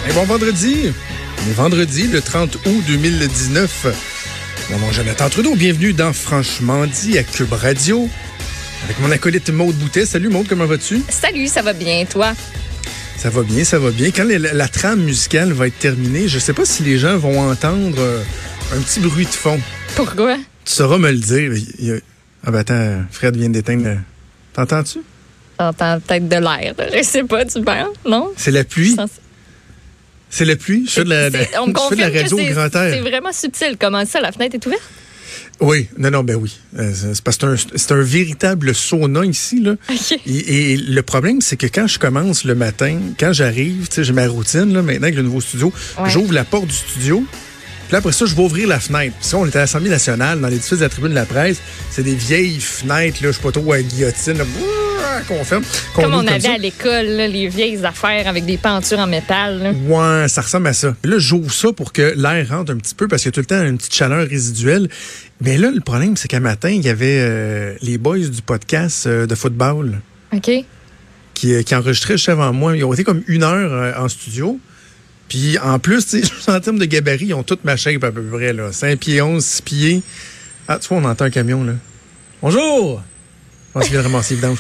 Et bon vendredi. On est vendredi, le 30 août 2019. Mon nom est Jonathan Trudeau. Bienvenue dans Franchement dit à Cube Radio. Avec mon acolyte Maude Boutet. Salut Maude, comment vas-tu? Salut, ça va bien, toi? Ça va bien, ça va bien. Quand la trame musicale va être terminée, je sais pas si les gens vont entendre un petit bruit de fond. Pourquoi? Tu sauras me le dire. Ah ben attends, Fred vient d'éteindre. T'entends-tu? T'entends peut-être de l'air. Je sais pas, tu penses? Non? C'est la pluie. C'est la pluie. Je fais de la radio au grand air. C'est vraiment subtil. Comment ça, la fenêtre est ouverte? Oui, ben oui. C'est parce que c'est un véritable sauna ici, là. Okay. Et le problème, c'est que quand je commence le matin, quand j'arrive, tu sais, j'ai ma routine, là, maintenant avec le nouveau studio, j'ouvre la porte du studio. Puis là, après ça, je vais ouvrir la fenêtre. Puis ça, on est à l'Assemblée nationale, dans l'édifice de la Tribune de la Presse. C'est des vieilles fenêtres, là, je sais pas trop, à guillotine, là, qu'on ferme. Comme on avait à l'école, là, les vieilles affaires avec des pentures en métal. Là. Ouais, ça ressemble à ça. Puis là, j'ouvre ça pour que l'air rentre un petit peu parce qu'il y a tout le temps une petite chaleur résiduelle. Mais là, le problème, c'est qu'à matin, il y avait les boys du podcast de football. OK. Qui enregistraient juste avant moi. Ils ont été comme 1 heure en studio. Puis en plus, tu sais, en termes de gabarit, ils ont toute ma shape à peu près, là. 5 pieds 11, 6 pieds. Ah, tu vois, on entend un camion, là. Bonjour! Je pense qu'il vient de ramasser les vidanges.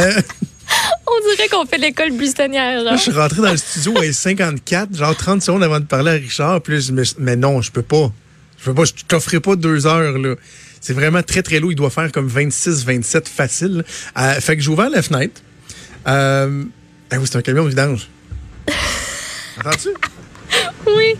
On dirait qu'on fait l'école buissonnière, genre. Je suis rentré dans le studio à 54, genre 30 secondes avant de parler à Richard. Puis là, mais non, je peux pas. Je t'offrirai pas 2 heures, là. C'est vraiment très, très lourd. Il doit faire comme 26, 27 facile. Fait que j'ai ouvert la fenêtre. Oui, c'est un camion de vidange. Entends-tu? Oui.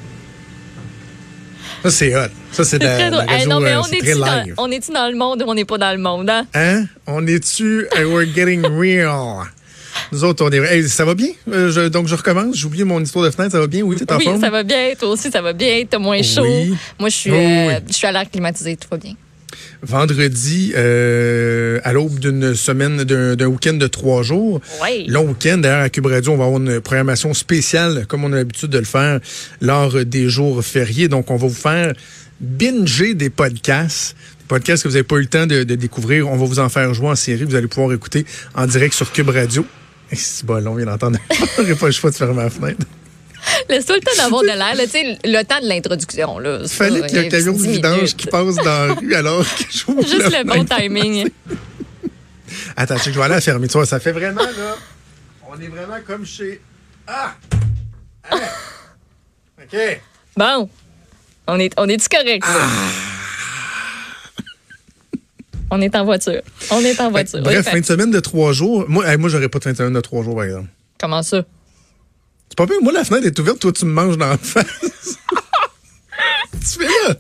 Ça, c'est hot. Ça, c'est de la radio, non, mais c'est très live. On est-tu dans le monde ou on n'est pas dans le monde, hein? Hein? On est-tu... We're getting real. Nous autres, on est... Hey, ça va bien? Donc, je recommence. J'ai oublié mon histoire de fenêtre. Ça va bien? Oui, t'es en forme? Oui, ça va bien. Toi aussi, ça va bien. T'as moins chaud. Oui. Moi, je suis à l'air climatisé. Tout va bien. Vendredi, à l'aube d'une semaine, d'un week-end de 3 jours. Oui. Long week-end. D'ailleurs, à Cube Radio, on va avoir une programmation spéciale, comme on a l'habitude de le faire, lors des jours fériés. Donc, on va vous faire binger des podcasts. Des podcasts que vous n'avez pas eu le temps de découvrir. On va vous en faire jouer en série. Vous allez pouvoir écouter en direct sur Cube Radio. C'est bon, on vient d'entendre. J'aurais pas le choix de fermer la fenêtre. Laisse-toi le temps d'avoir de l'air, tu sais, le temps de l'introduction. Il fallait qu'il y ait un camion de vidange qui passe dans la rue alors que j'ouvre juste le bon timing. Attends, je vais aller à la fermeture. Ça fait vraiment, là, on est vraiment comme chez... Ah! Allez. OK. Bon. On est-tu correct? On est en voiture. Bref, fin de semaine de 3 jours. Moi, j'aurais pas de fin de semaine de 3 jours, par exemple. Comment ça? C'est pas pire. Moi, la fenêtre est ouverte. Toi, tu me manges dans la face. Tu fais là.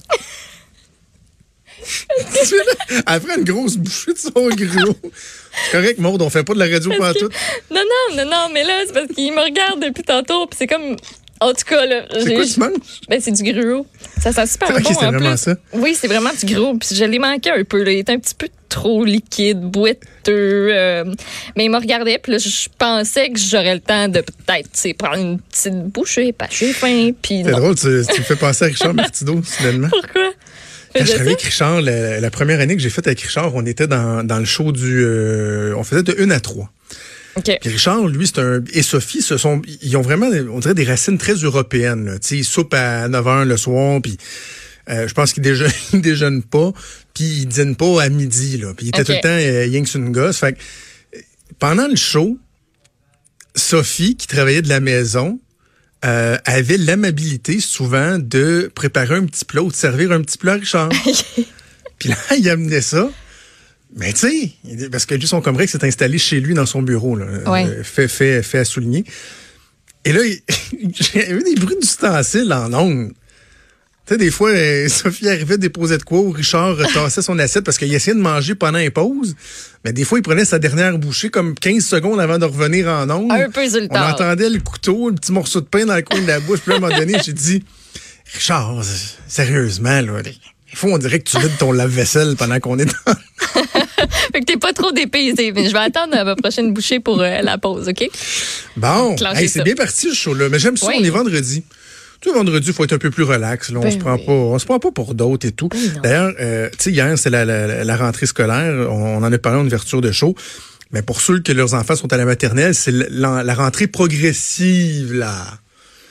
Après une grosse bouchée de son gruau. C'est correct, Maude, on fait pas de la radio pantoute. Non, mais là, c'est parce qu'il me regarde depuis tantôt. Puis c'est comme... En tout cas, là... C'est quoi tu manges? Ben, c'est du gruau. Ça sent super bon, c'est en vraiment plus. Ça? Oui, c'est vraiment du gruau. Puis je l'ai manqué un peu, là. Il était un petit peu trop liquide, boiteux. Mais il me regardait, puis là, je pensais que j'aurais le temps de peut-être, tu sais, prendre une petite bouchée, pas j'ai faim, puis c'est drôle, tu me fais penser à Richard Martineau, soudainement. Pourquoi? Quand je travaillais avec Richard, la première année que j'ai faite avec Richard, on était dans le show on faisait de 1 à 3. Okay. Puis Richard, lui, et Sophie, ils ont vraiment, on dirait, des racines très européennes, là. Tu sais, ils soupent à 9h le soir, puis je pense qu'ils déjeunent pas, puis ils dînent pas à midi, là. Puis ils étaient tout le temps rien que sur une gosse. Fait que, pendant le show, Sophie, qui travaillait de la maison, avait l'amabilité souvent de préparer un petit plat ou de servir un petit plat à Richard. Puis là, il amenait ça. Mais tu sais, parce que lui, son comrade s'est installé chez lui dans son bureau, là, fait à souligner. Et là, j'ai eu des bruits d'ustensiles en ondes. Tu sais, des fois, Sophie arrivait, déposait de quoi, ou Richard tassait son assiette parce qu'il essayait de manger pendant les pauses. Mais des fois, il prenait sa dernière bouchée comme 15 secondes avant de revenir en ondes. Un peu sur le On entendait le couteau, le petit morceau de pain dans le coin de la bouche. Puis là, à un moment donné, j'ai dit, Richard, sérieusement, là, il faut, on dirait que tu vides ton lave-vaisselle pendant qu'on est dans... Fait que t'es pas trop dépaysé. Mais je vais attendre ma prochaine bouchée pour la pause, OK? Bon, c'est bien parti ce show-là. Mais j'aime ça, on est vendredi. Tu sais, vendredi, il faut être un peu plus relax. Là. On se prend pas pour d'autres et tout. D'ailleurs, tu sais, hier, c'est la rentrée scolaire. On en a parlé en ouverture de show. Mais pour ceux que leurs enfants sont à la maternelle, c'est la rentrée progressive, là.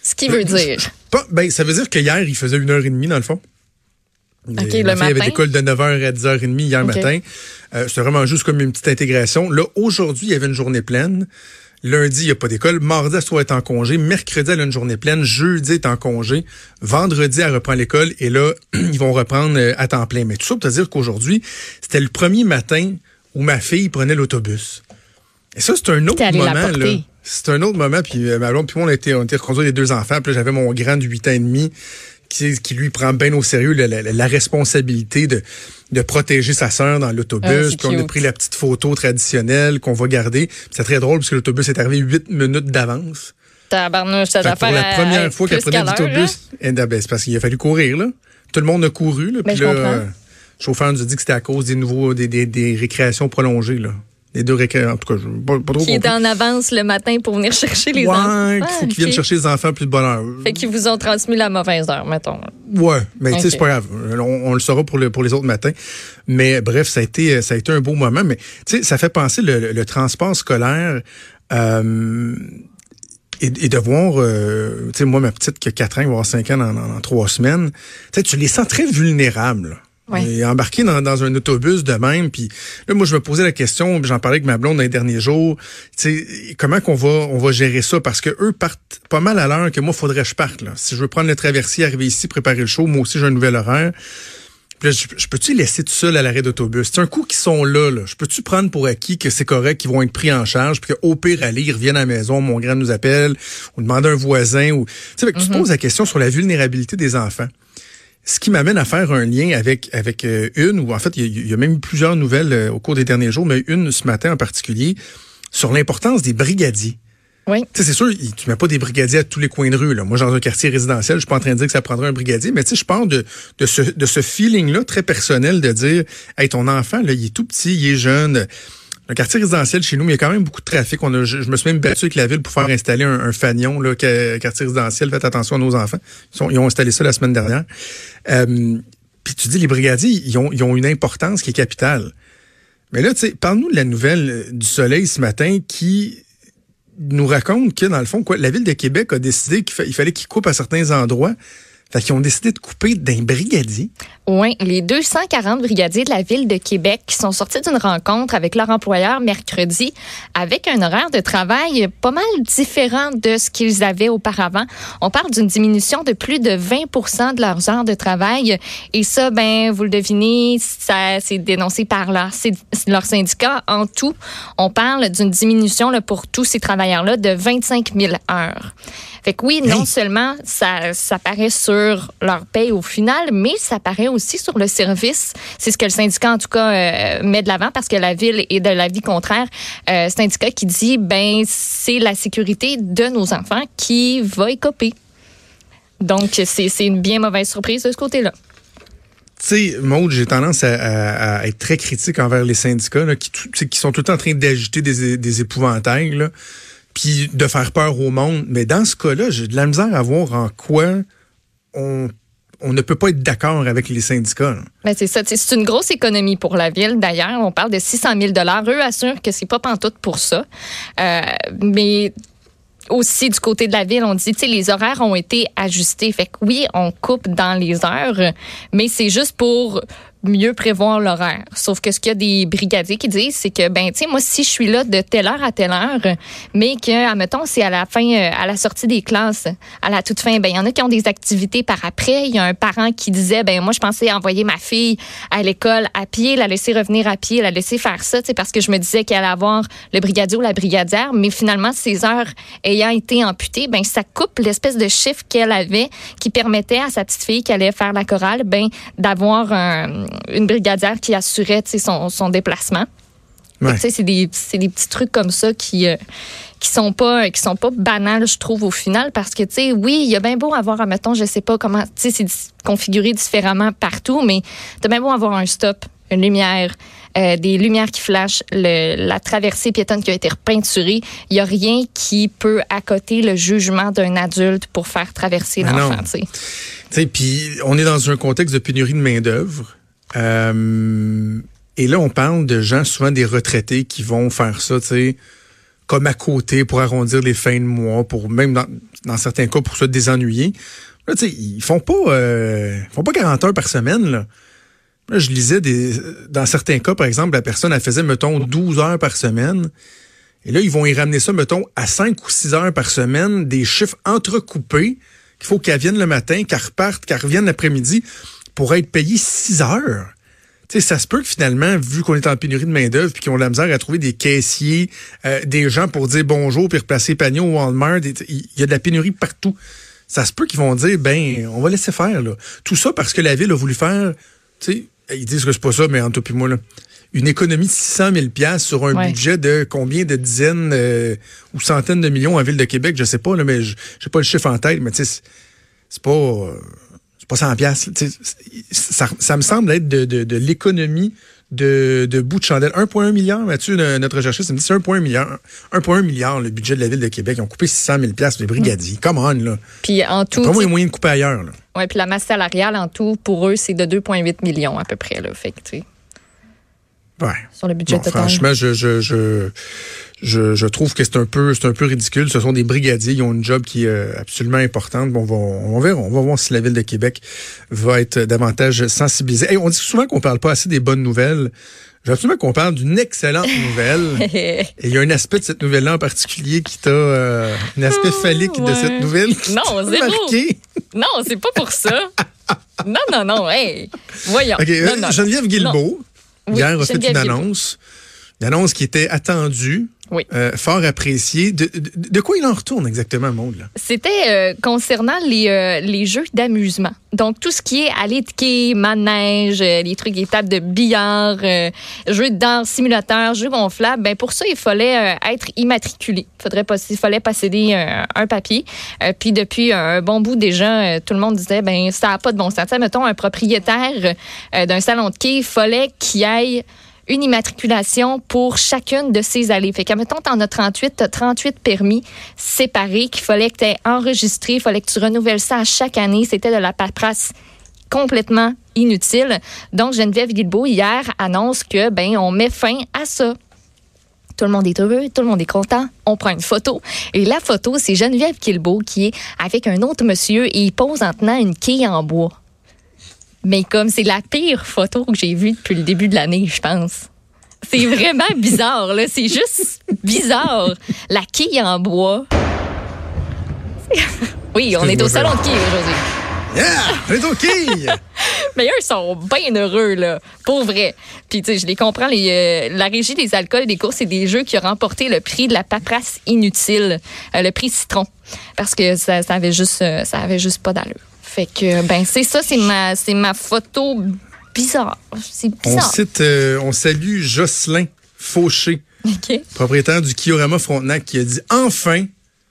Ce qui veut dire. Ça veut dire que hier, il faisait 1h30 dans le fond. OK, il y avait l'école de 9h à 10h30 hier matin. C'était vraiment juste comme une petite intégration. Là, aujourd'hui, il y avait une journée pleine. Lundi, il n'y a pas d'école. Mardi, elle soit en congé. Mercredi, elle a une journée pleine. Jeudi, elle est en congé. Vendredi, elle reprend l'école. Et là, ils vont reprendre à temps plein. Mais tout ça pour te dire qu'aujourd'hui, c'était le premier matin où ma fille prenait l'autobus. Et ça, c'est un autre moment. Là. C'est un autre moment. Puis ma blonde, puis moi, on a été reconduits les 2 enfants. Puis là, j'avais mon grand de 8 ans et demi qui lui prend bien au sérieux la responsabilité de protéger sa sœur dans l'autobus. Puis on a pris la petite photo traditionnelle qu'on va garder. C'est très drôle parce que l'autobus est arrivé 8 minutes d'avance. Tabarnouche, ça doit pour la première fois qu'elle prenait l'autobus, c'est parce qu'il a fallu courir. Là. Tout le monde a couru. Là, puis là, le chauffeur nous a dit que c'était à cause des récréations prolongées. Là. Les 2 récréations, en tout cas, pas trop. Qui est en avance le matin pour venir chercher les enfants. Ouais, il faut qu'ils viennent chercher les enfants plus de bonne heure. Fait qu'ils vous ont transmis la mauvaise heure, mettons. Ouais, mais tu sais, c'est pas grave. On le saura pour les autres matins. Mais bref, ça a été un beau moment. Mais tu sais, ça fait penser le transport scolaire et de voir, tu sais, moi, ma petite qui a 4 ans, qui va avoir 5 ans dans 3 semaines, tu sais, tu les sens très vulnérables, là. Ouais. Et embarqué dans un autobus de même, puis là, moi, je me posais la question, j'en parlais avec ma blonde dans les derniers jours, tu sais, comment qu'on va gérer ça, parce que eux partent pas mal à l'heure que moi, faudrait que je parte, là. Si je veux prendre le traversier, arriver ici, préparer le show, moi aussi, j'ai un nouvel horaire. Puis là, je peux-tu les laisser tout seul à l'arrêt d'autobus? C'est un coup qu'ils sont là. Je peux-tu prendre pour acquis que c'est correct, qu'ils vont être pris en charge, puis qu'au pire, aller, ils reviennent à la maison, mon grand nous appelle, ou demander à un voisin, ou, tu sais, tu te poses la question sur la vulnérabilité des enfants. Ce qui m'amène à faire un lien avec une, ou en fait, il y a même eu plusieurs nouvelles au cours des derniers jours, mais une ce matin en particulier, sur l'importance des brigadiers. Oui. Tu sais, c'est sûr, tu mets pas des brigadiers à tous les coins de rue, là. Moi, dans un quartier résidentiel, je suis pas en train de dire que ça prendrait un brigadier, mais tu sais, je parle de ce feeling-là très personnel de dire, hey, ton enfant, là, il est tout petit, il est jeune. Un quartier résidentiel chez nous, mais il y a quand même beaucoup de trafic. Je me suis même battu avec la ville pour faire installer un fanion, là, quartier résidentiel. Faites attention à nos enfants. Ils ont installé ça la semaine dernière. Puis tu dis, les brigadiers, ils ont une importance qui est capitale. Mais là, tu sais, parle-nous de la nouvelle du Soleil ce matin qui nous raconte que, dans le fond, la Ville de Québec a décidé qu'il fallait qu'ils coupent à certains endroits. Fait qu'ils ont décidé de couper d'un brigadier. Oui, les 240 brigadiers de la Ville de Québec qui sont sortis d'une rencontre avec leur employeur mercredi avec un horaire de travail pas mal différent de ce qu'ils avaient auparavant. On parle d'une diminution de plus de 20% de leurs heures de travail. Et ça, vous le devinez, ça c'est dénoncé par leur syndicat. En tout, on parle d'une diminution là, pour tous ces travailleurs-là de 25 000 heures. Fait que oui, non seulement ça paraît sur leur paye au final, mais ça paraît aussi sur le service. C'est ce que le syndicat, en tout cas, met de l'avant parce que la Ville est de l'avis contraire. Syndicat qui dit, c'est la sécurité de nos enfants qui va écoper. Donc, c'est une bien mauvaise surprise de ce côté-là. Tu sais, Maud, j'ai tendance à être très critique envers les syndicats là, qui sont tout le temps en train d'agiter des épouvantails, là, puis de faire peur au monde. Mais dans ce cas-là, j'ai de la misère à voir en quoi on ne peut pas être d'accord avec les syndicats. C'est ça. C'est une grosse économie pour la Ville. D'ailleurs, on parle de 600 000 $. Eux assurent que c'est pas pantoute pour ça. Mais aussi, du côté de la Ville, on dit, les horaires ont été ajustés. Fait que oui, on coupe dans les heures, mais c'est juste pour mieux prévoir l'horaire. Sauf que ce qu'il y a des brigadiers qui disent, c'est que, moi, si je suis là de telle heure à telle heure, mais que, admettons, c'est à la fin, à la sortie des classes, à la toute fin, il y en a qui ont des activités par après. Il y a un parent qui disait, moi, je pensais envoyer ma fille à l'école à pied, la laisser revenir à pied, la laisser faire ça, parce que je me disais qu'elle allait avoir le brigadier ou la brigadière, mais finalement, ces heures ayant été amputées, ça coupe l'espèce de chiffre qu'elle avait qui permettait à sa petite fille qui allait faire la chorale, d'avoir une brigadière qui assurait son déplacement. Ouais. C'est des petits trucs comme ça qui sont pas banals, je trouve, au final, parce que, oui, il y a bien beau avoir, admettons, je sais pas comment, c'est configuré différemment partout, mais t'as bien beau avoir un stop, une lumière, des lumières qui flashent, la traversée piétonne qui a été repeinturée. Il n'y a rien qui peut accoter le jugement d'un adulte pour faire traverser l'enfant. Puis on est dans un contexte de pénurie de main-d'œuvre. Et là, on parle de gens, souvent des retraités, qui vont faire ça, comme à côté pour arrondir les fins de mois, pour même dans certains cas pour se désennuyer. Là, tu sais, ils font pas 40 heures par semaine, là. Là, je lisais dans certains cas, par exemple, la personne, elle faisait, mettons, 12 heures par semaine. Et là, ils vont y ramener ça, mettons, à 5 ou 6 heures par semaine, des chiffres entrecoupés, qu'il faut qu'elle vienne le matin, qu'elle reparte, qu'elle revienne l'après-midi pour être payée 6 heures. Tu sais, ça se peut que finalement, vu qu'on est en pénurie de main-d'œuvre puis qu'ils ont de la misère à trouver des caissiers, des gens pour dire bonjour puis replacer panier au Walmart, il y a de la pénurie partout. Ça se peut qu'ils vont dire, on va laisser faire, là. Tout ça parce que la Ville a voulu faire, tu sais, ils disent que c'est pas ça, mais entre toi et moi, là, une économie de 600 000 $ sur un budget de combien de dizaines ou centaines de millions en Ville de Québec, je sais pas, là, mais j'ai pas le chiffre en tête, mais tu sais, c'est pas 100 $. Ça me semble être de l'économie de bout de chandelle. 1,1 milliard, Mathieu, notre recherchiste, me dit c'est 1,1 milliard. 1,1 milliard, le budget de la Ville de Québec. Ils ont coupé 600 000 $ les brigadiers. Come on, là. Puis en tout. Pas moins moyen de couper ailleurs, là. Oui, puis la masse salariale, en tout, pour eux, c'est de 2,8 millions à peu près, là. Fait que, tu sais. Ouais. Sur le budget total. Franchement, je trouve que c'est un peu ridicule. Ce sont des brigadiers, ils ont une job qui est absolument importante. Bon, on va voir si la Ville de Québec va être davantage sensibilisée. Hey, on dit souvent qu'on parle pas assez des bonnes nouvelles. Je veux absolument qu'on parle d'une excellente nouvelle. Et il y a un aspect de cette nouvelle-là en particulier qui t'a un aspect phallique de cette nouvelle qui non, t'a zéro. marqué. Non, c'est pas pour ça. Non, hey, voyons. Okay, non, Geneviève Guilbeault, hier, a fait Geneviève une annonce qui était attendue, fort appréciée. De quoi il en retourne exactement, le monde, là? C'était concernant les jeux d'amusement. Donc, tout ce qui est allée de quai, manège, les trucs, les tables de billard, jeux de danse, simulateurs, jeux gonflables, ben pour ça, il fallait être immatriculé. Il fallait posséder un papier. Puis depuis un bon bout déjà, tout le monde disait, ben ça n'a pas de bon sens. T'sais, mettons, un propriétaire d'un salon de quai, il fallait qu'il aille une immatriculation pour chacune de ces allées. Fait que, mettons, t'en as 38, t'as 38 permis séparés qu'il fallait que t'aies enregistré, il fallait que tu renouvelles ça à chaque année. C'était de la paperasse complètement inutile. Donc, Geneviève Guilbeault, hier, annonce que, on met fin à ça. Tout le monde est heureux, tout le monde est content. On prend une photo. Et la photo, c'est Geneviève Guilbeault qui est avec un autre monsieur et il pose en tenant une quille en bois. Mais comme c'est la pire photo que j'ai vue depuis le début de l'année, je pense. C'est vraiment bizarre, là. C'est juste bizarre. La quille en bois. Oui, on est au salon de quilles aujourd'hui. Yeah! On est aux quilles! Mais eux sont bien heureux, là. Pour vrai. Puis, tu sais, je les comprends. La Régie des alcools et des courses, c'est des jeux qui ont remporté le prix de la paperasse inutile. Le prix Citron. Parce que ça avait juste pas d'allure. Fait que, c'est ça, c'est ma photo bizarre. C'est bizarre. On salue Jocelyn Fauché, propriétaire du Kiorama Frontenac, qui a dit enfin,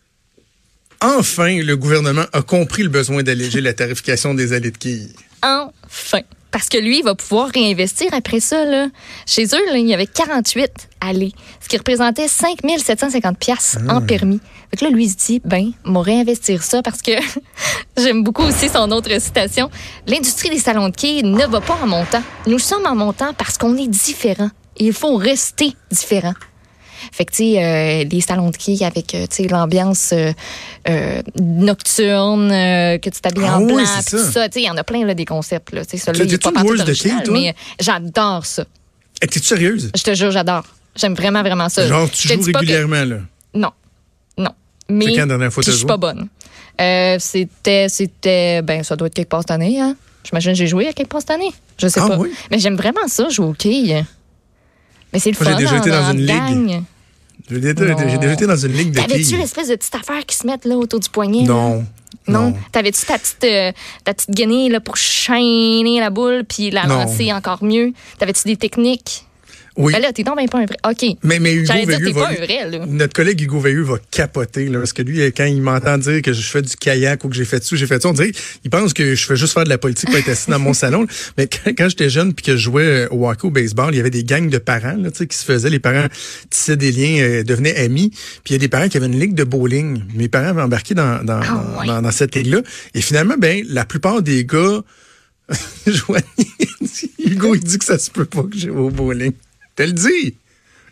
le gouvernement a compris le besoin d'alléger la tarification des allées de quilles. Enfin. Parce que lui, il va pouvoir réinvestir après ça. Là. Chez eux, là, il y avait 48 allées, ce qui représentait 5 750 $ en permis. Fait que là, lui, il se dit, m'a réinvestir ça parce que j'aime beaucoup aussi son autre citation. L'industrie des salons de quai ne va pas en montant. Nous sommes en montant parce qu'on est différents. Et il faut rester différents. Fait que, tu sais, les salons de quai avec, tu sais, l'ambiance nocturne, que tu t'habilles en blanc, pis tout ça. Tu sais, il y en a plein, là, des concepts, là. Tu sais, celui-là, il est pas partout original, mais j'adore ça. T'es-tu sérieuse? Je te jure, j'adore. J'aime vraiment, vraiment ça. Genre, tu joues régulièrement, là? Non. Mais c'est quand la dernière fois que je suis pas bonne. C'était, ça doit être quelque part cette année, hein? J'imagine que j'ai joué à quelque part cette année. Je sais pas. Oui? Mais j'aime vraiment ça, jouer au quai. Mais c'est le fun. J'ai déjà été dans une ligue. J'ai déjà été dans une ligue de quilles. T'avais-tu l'espèce de petite affaire qui se met là autour du poignet? Non. T'avais-tu ta petite guenille là, pour chaîner la boule puis la lancer encore mieux? T'avais-tu des techniques? Oui. Ben là, t'es donc pas un vrai. OK. Mais Hugo Veilleux pas un vrai, là. Notre collègue Hugo Veilleux va capoter, là, parce que lui, quand il m'entend dire que je fais du kayak ou que j'ai fait ça, on dirait qu'il pense que je fais juste faire de la politique pour être assis dans mon salon. Mais quand j'étais jeune puis que je jouais au hockey, au baseball, il y avait des gangs de parents, là, tu sais, qui se faisaient. Les parents tissaient des liens, devenaient amis. Puis il y a des parents qui avaient une ligue de bowling. Mes parents avaient embarqué dans cette ligue-là. Et finalement, la plupart des gars, Hugo, il dit que ça se peut pas que j'ai au bowling. Te le dis.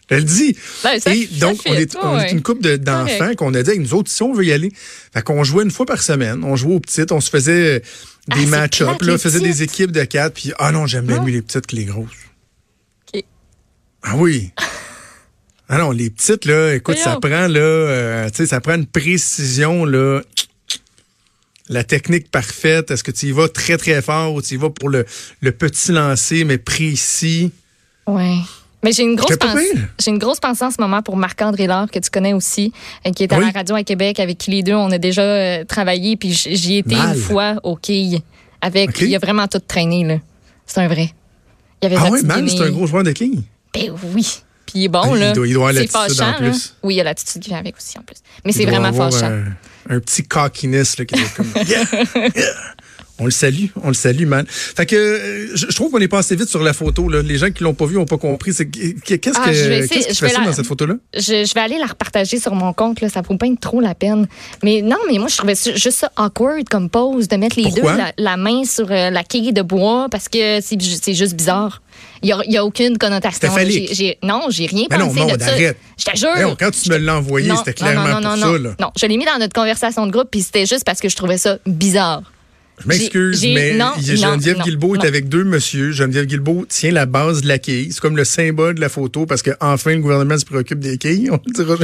Je le dis. Ben, ça, et donc, on est une couple d'enfants qu'on a dit, nous autres, si on veut y aller. Fait qu'on jouait une fois par semaine. On jouait aux petites. On se faisait des match-ups, là, faisait des équipes de 4. Puis, non, j'aime bien mieux les petites que les grosses. OK. Ah oui. Ah non, les petites, là, écoute, ça prend, là, ça prend une précision, là. La technique parfaite. Est-ce que tu y vas très, très fort ou tu y vas pour le petit lancer, mais précis? Ouais. Mais j'ai une grosse pensée en ce moment pour Marc-André Lard, que tu connais aussi, qui est à la radio à Québec, avec qui les deux, on a déjà travaillé, puis j'y étais une fois au quilles. Il a vraiment tout traîné, là. C'est un vrai. Il y avait Mal, c'est un gros joueur de quilles? Ben oui. Puis il est bon, là. Il doit avoir c'est l'attitude fâchant, en plus. Là. Oui, il y a l'attitude qui vient avec aussi, en plus. Mais c'est vraiment fâchant. Un petit cockiness, là, qui est comme... Yeah! On le salue, man. Fait que je trouve qu'on est passé vite sur la photo, là. Les gens qui l'ont pas vu n'ont pas compris. Qu'est-ce qui se passe dans cette photo-là? Je vais aller la repartager sur mon compte, là. Ça vaut pas trop la peine. Mais non, mais moi, je trouvais juste ça awkward comme pose, de mettre les deux la main sur la quille de bois, parce que c'est juste bizarre. Il y a aucune connotation. Non, j'ai rien pensé de ça. Arrête. Je te jure. Quand tu me l'as envoyé, c'était clairement pour ça, là. Non, je l'ai mis dans notre conversation de groupe, puis c'était juste parce que je trouvais ça bizarre. Je m'excuse, mais Geneviève Guilbeault est avec deux messieurs. Geneviève Guilbeault tient la base de la quille. C'est comme le symbole de la photo parce qu'enfin, le gouvernement se préoccupe des quilles. On le dira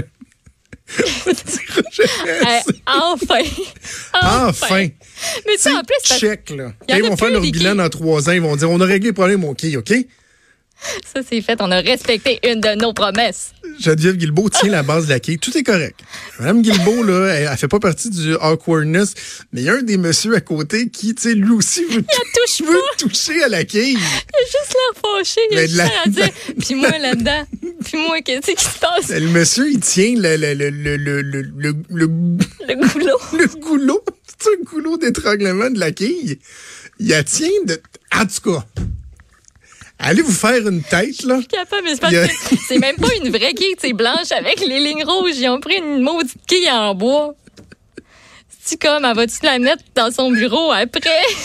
jamais. Enfin. Mais ça, en plus, check, là. Ils vont faire leur bilan dans 3 ans. Ils vont dire, on a réglé le problème au quille, OK? Ça, c'est fait. On a respecté une de nos promesses. Geneviève Guilbeault tient la base de la quille. Tout est correct. Madame Guilbeault, là, elle fait pas partie du awkwardness, mais il y a un des messieurs à côté qui, tu sais, lui aussi veut toucher à la quille. Il a juste l'air fâché. Il a juste l'air à dire, puis moi là-dedans, puis moi, qu'est-ce qui se passe? Le monsieur, il tient le goulot. Le goulot. C'est un goulot d'étranglement de la quille. Il la tient en tout cas. Allez vous faire une tête, là. Je suis capable, mais c'est parce que c'est même pas une vraie quille, c'est blanche avec les lignes rouges. Ils ont pris une maudite quille en bois. C'est comme, elle va-tu la mettre dans son bureau après?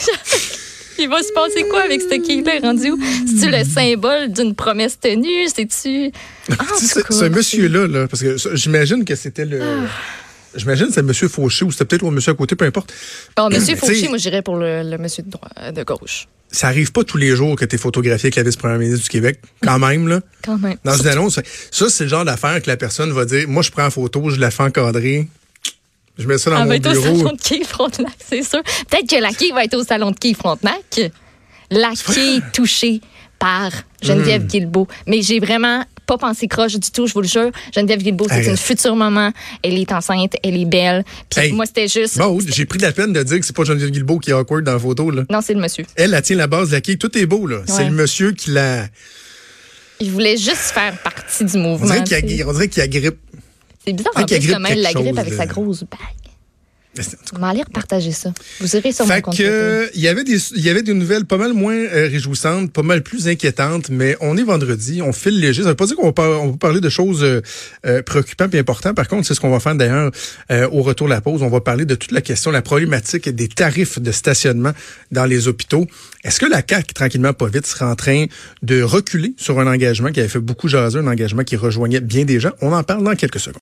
Il va se passer quoi avec cette quille-là? Rendu où? C'est-tu le symbole d'une promesse tenue? C'est-tu... Ce monsieur-là, là, parce que j'imagine que c'était le... J'imagine que c'est monsieur Fauché ou c'était peut-être le monsieur à côté, peu importe. Monsieur Fauché, moi, j'irais pour le monsieur de gauche. Ça arrive pas tous les jours que tu es photographié avec la vice-première ministre du Québec. Quand même, là. Quand même. Dans une annonce. Ça, c'est le genre d'affaire que la personne va dire, moi, je prends en photo, je la fais encadrer. Je mets ça dans mon bureau. Elle va être au salon de quille Frontenac, c'est sûr. Peut-être que la quille va être au salon de quille Frontenac. La quille touchée par Geneviève Guilbeault. Mais j'ai vraiment pas pensé croche du tout, je vous le jure. Geneviève Guilbeault, c'est une future maman. Elle est enceinte, elle est belle. Puis moi, c'était juste... Bon, j'ai pris de la peine de dire que c'est pas Geneviève Guilbeault qui est awkward dans la photo, là. Non, c'est le monsieur. Elle tient la base de la quille. Tout est beau, là. Ouais. C'est le monsieur qui l'a... Il voulait juste faire partie du mouvement. On dirait qu'il agrippe. C'est bizarre en plus comment elle l'agrippe avec sa grosse bague. On va aller repartager ça. Vous irez sur mon compte. Il y avait des nouvelles pas mal moins réjouissantes, pas mal plus inquiétantes, mais on est vendredi, on file léger. Ça veut pas dire qu'on va parler de choses préoccupantes et importantes. Par contre, c'est ce qu'on va faire d'ailleurs au retour de la pause. On va parler de toute la question, la problématique des tarifs de stationnement dans les hôpitaux. Est-ce que la CAQ, tranquillement, pas vite, sera en train de reculer sur un engagement qui avait fait beaucoup jaser, un engagement qui rejoignait bien des gens? On en parle dans quelques secondes.